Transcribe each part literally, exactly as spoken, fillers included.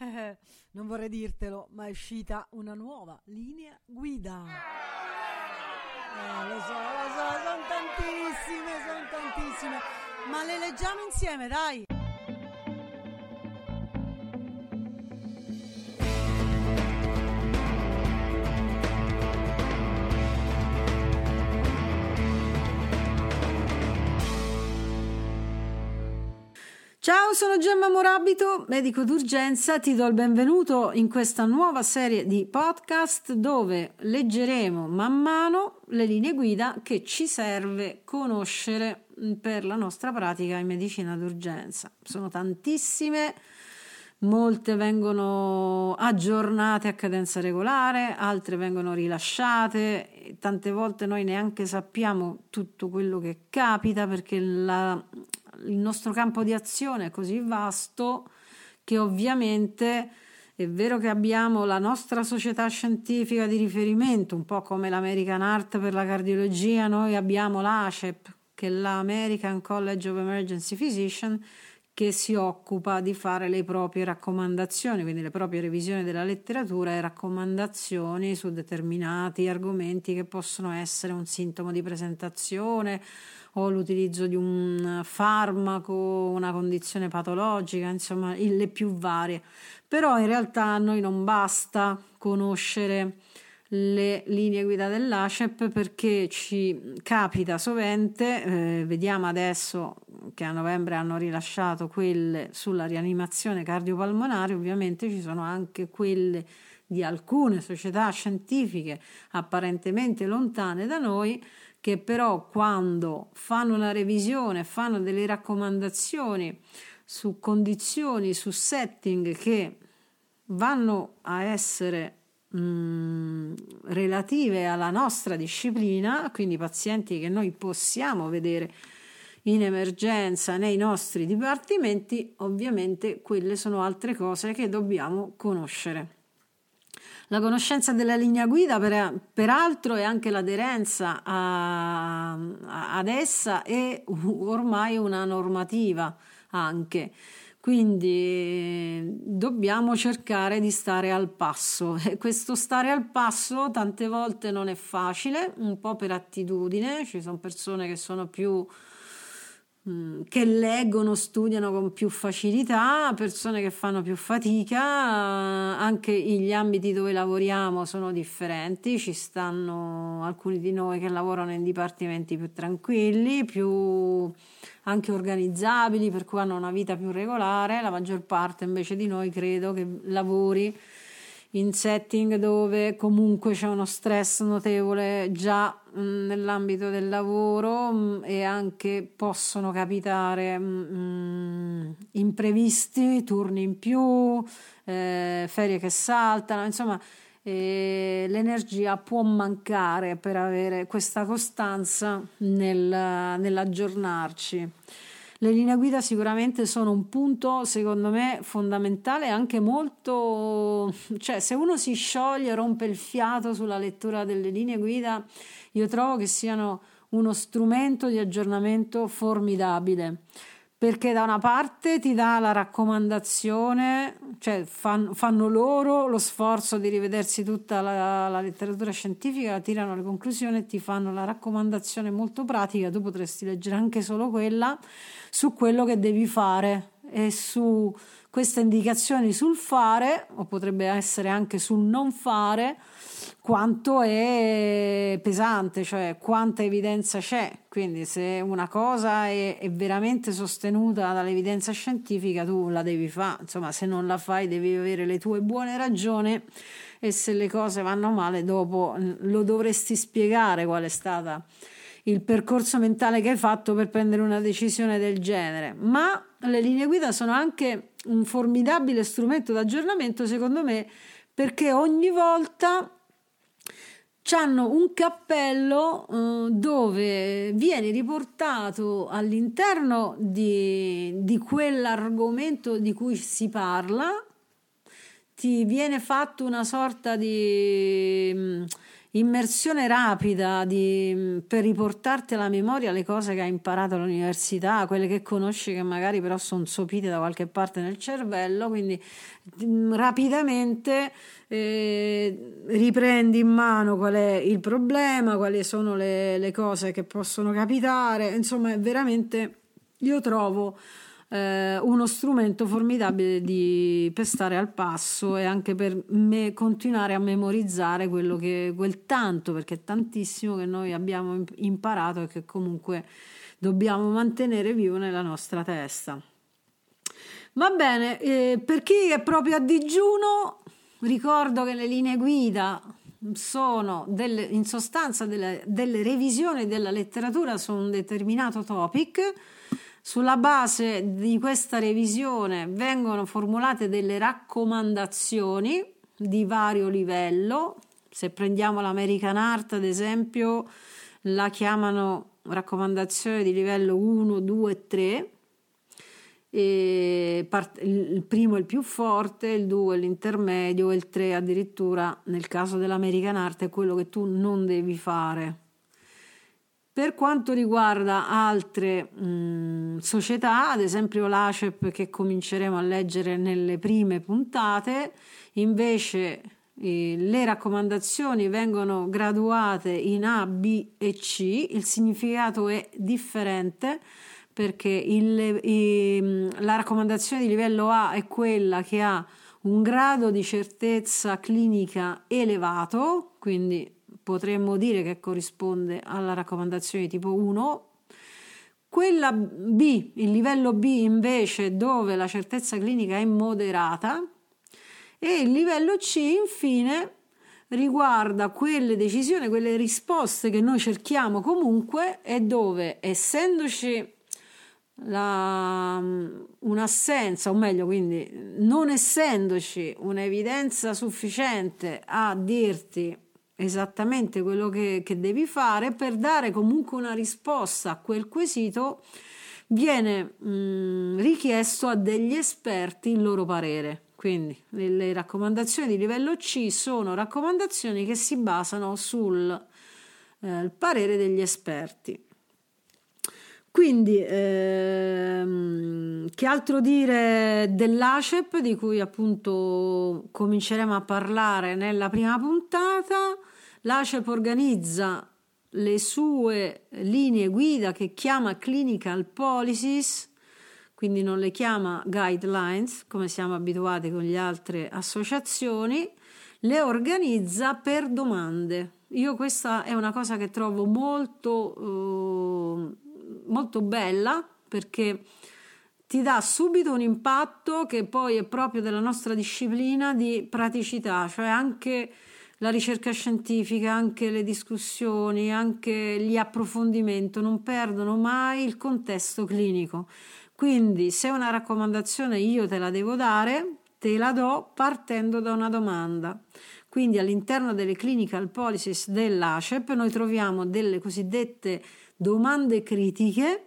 Eh, non vorrei dirtelo, ma è uscita una nuova linea guida. Eh, lo so, lo so, sono tantissime, sono tantissime, ma le leggiamo insieme, dai! Ciao, sono Gemma Morabito, medico d'urgenza. Ti do il benvenuto in questa nuova serie di podcast dove leggeremo man mano le linee guida che ci serve conoscere per la nostra pratica in medicina d'urgenza. Sono tantissime, molte vengono aggiornate a cadenza regolare, altre vengono rilasciate, tante volte noi neanche sappiamo tutto quello che capita perché la il nostro campo di azione è così vasto che ovviamente è vero che abbiamo la nostra società scientifica di riferimento, un po' come l'American Heart per la cardiologia, noi abbiamo l'A C E P, che è l'American College of Emergency Physicians, che si occupa di fare le proprie raccomandazioni, quindi le proprie revisioni della letteratura e raccomandazioni su determinati argomenti che possono essere un sintomo di presentazione o l'utilizzo di un farmaco, una condizione patologica, insomma le più varie. Però in realtà a noi non basta conoscere le linee guida dell'A C E P perché ci capita sovente, eh, vediamo adesso che a novembre hanno rilasciato quelle sulla rianimazione cardiopolmonare, ovviamente ci sono anche quelle di alcune società scientifiche apparentemente lontane da noi, che però quando fanno una revisione, fanno delle raccomandazioni su condizioni, su setting che vanno a essere mh, relative alla nostra disciplina, quindi pazienti che noi possiamo vedere in emergenza nei nostri dipartimenti, ovviamente quelle sono altre cose che dobbiamo conoscere. La conoscenza della linea guida, per, peraltro, e anche l'aderenza a, a, ad essa è ormai una normativa anche, quindi dobbiamo cercare di stare al passo. E questo stare al passo tante volte non è facile, un po' per attitudine, ci sono persone che sono più che leggono, studiano con più facilità, persone che fanno più fatica, anche gli ambiti dove lavoriamo sono differenti, ci stanno alcuni di noi che lavorano in dipartimenti più tranquilli, più anche organizzabili, per cui hanno una vita più regolare, la maggior parte invece di noi credo che lavori in setting dove comunque c'è uno stress notevole già mh, nell'ambito del lavoro mh, e anche possono capitare mh, imprevisti, turni in più, eh, ferie che saltano, insomma eh, l'energia può mancare per avere questa costanza nel, nell'aggiornarci. Le linee guida sicuramente sono un punto, secondo me, fondamentale, anche molto, cioè se uno si scioglie, rompe il fiato sulla lettura delle linee guida, io trovo che siano uno strumento di aggiornamento formidabile, perché da una parte ti dà la raccomandazione, cioè fanno, fanno loro lo sforzo di rivedersi tutta la, la letteratura scientifica, tirano le conclusioni e ti fanno la raccomandazione molto pratica, tu potresti leggere anche solo quella, su quello che devi fare e su queste indicazioni sul fare, o potrebbe essere anche sul non fare, quanto è pesante, cioè quanta evidenza c'è. Quindi se una cosa è, è veramente sostenuta dall'evidenza scientifica, tu la devi fare, insomma se non la fai devi avere le tue buone ragioni e se le cose vanno male dopo lo dovresti spiegare qual è stata il percorso mentale che hai fatto per prendere una decisione del genere. Ma le linee guida sono anche un formidabile strumento d'aggiornamento, secondo me, perché ogni volta c'hanno un cappello eh, dove viene riportato all'interno di, di quell'argomento di cui si parla, ti viene fatto una sorta di immersione rapida di, per riportarti alla memoria le cose che hai imparato all'università, quelle che conosci che magari però sono sopite da qualche parte nel cervello, quindi mh, rapidamente eh, riprendi in mano qual è il problema, quali sono le, le cose che possono capitare. Insomma, è veramente, io trovo Eh, uno strumento formidabile di, per stare al passo e anche per me continuare a memorizzare quello che, quel tanto, perché è tantissimo che noi abbiamo imparato e che comunque dobbiamo mantenere vivo nella nostra testa. Va bene, eh, per chi è proprio a digiuno, ricordo che le linee guida sono delle, in sostanza delle, delle revisioni della letteratura su un determinato topic. Sulla base di questa revisione vengono formulate delle raccomandazioni di vario livello. Se prendiamo l'American Art, ad esempio, la chiamano raccomandazione di livello uno, due, tre. E part- il primo è il più forte, il due è l'intermedio e il tre addirittura, nel caso dell'American Art, è quello che tu non devi fare. Per quanto riguarda altre mh, società, ad esempio l'A C E P, che cominceremo a leggere nelle prime puntate, invece eh, le raccomandazioni vengono graduate in A, B e C. Il significato è differente perché il, il, la raccomandazione di livello A è quella che ha un grado di certezza clinica elevato, quindi potremmo dire che corrisponde alla raccomandazione tipo uno. Quella B, il livello B invece, dove la certezza clinica è moderata, e il livello C infine riguarda quelle decisioni, quelle risposte che noi cerchiamo comunque, e dove, essendoci la, un'assenza, o meglio, quindi non essendoci un'evidenza sufficiente a dirti esattamente quello che, che devi fare, per dare comunque una risposta a quel quesito viene mh, richiesto a degli esperti il loro parere. Quindi le, le raccomandazioni di livello C sono raccomandazioni che si basano sul eh, parere degli esperti. Quindi ehm, che altro dire dell'A C E P, di cui appunto cominceremo a parlare nella prima puntata. L'A C E P organizza le sue linee guida che chiama Clinical Policies, quindi non le chiama guidelines come siamo abituati con le altre associazioni, le organizza per domande. Io questa è una cosa che trovo molto eh, molto bella, perché ti dà subito un impatto che poi è proprio della nostra disciplina di praticità, cioè anche la ricerca scientifica, anche le discussioni, anche gli approfondimenti non perdono mai il contesto clinico. Quindi se una raccomandazione io te la devo dare, te la do partendo da una domanda. Quindi all'interno delle clinical policies dell'A C E P noi troviamo delle cosiddette domande critiche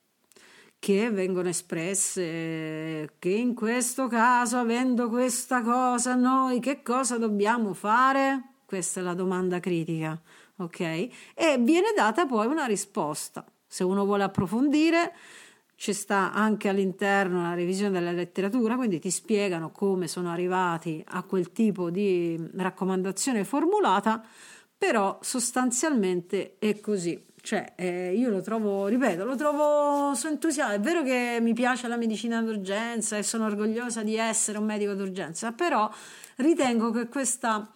che vengono espresse, che in questo caso, avendo questa cosa, noi che cosa dobbiamo fare? Questa è la domanda critica, ok? E viene data poi una risposta. Se uno vuole approfondire, ci sta anche all'interno la revisione della letteratura, quindi ti spiegano come sono arrivati a quel tipo di raccomandazione formulata, però sostanzialmente è così. Cioè, eh, io lo trovo, ripeto, lo trovo, sono entusiasta. È vero che mi piace la medicina d'urgenza e sono orgogliosa di essere un medico d'urgenza, però ritengo che questa,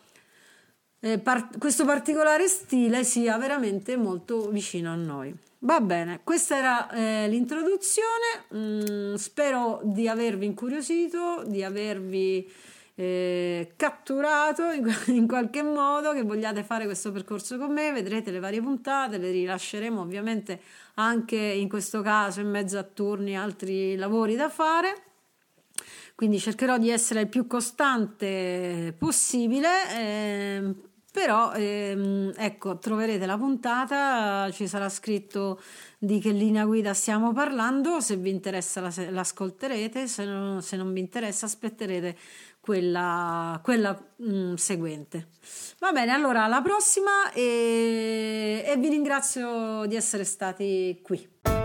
eh, part- questo particolare stile sia veramente molto vicino a noi. Va bene, questa era eh, l'introduzione. Mm, spero di avervi incuriosito, di avervi Eh, catturato in, in qualche modo, che vogliate fare questo percorso con me. Vedrete le varie puntate, le rilasceremo ovviamente anche in questo caso in mezzo a turni altri lavori da fare, quindi cercherò di essere il più costante possibile, eh, però ehm, ecco, troverete la puntata, ci sarà scritto di che linea guida stiamo parlando, se vi interessa la, l'ascolterete, se non, se non vi interessa aspetterete quella, quella mh, seguente. Va bene, allora alla prossima e, e vi ringrazio di essere stati qui.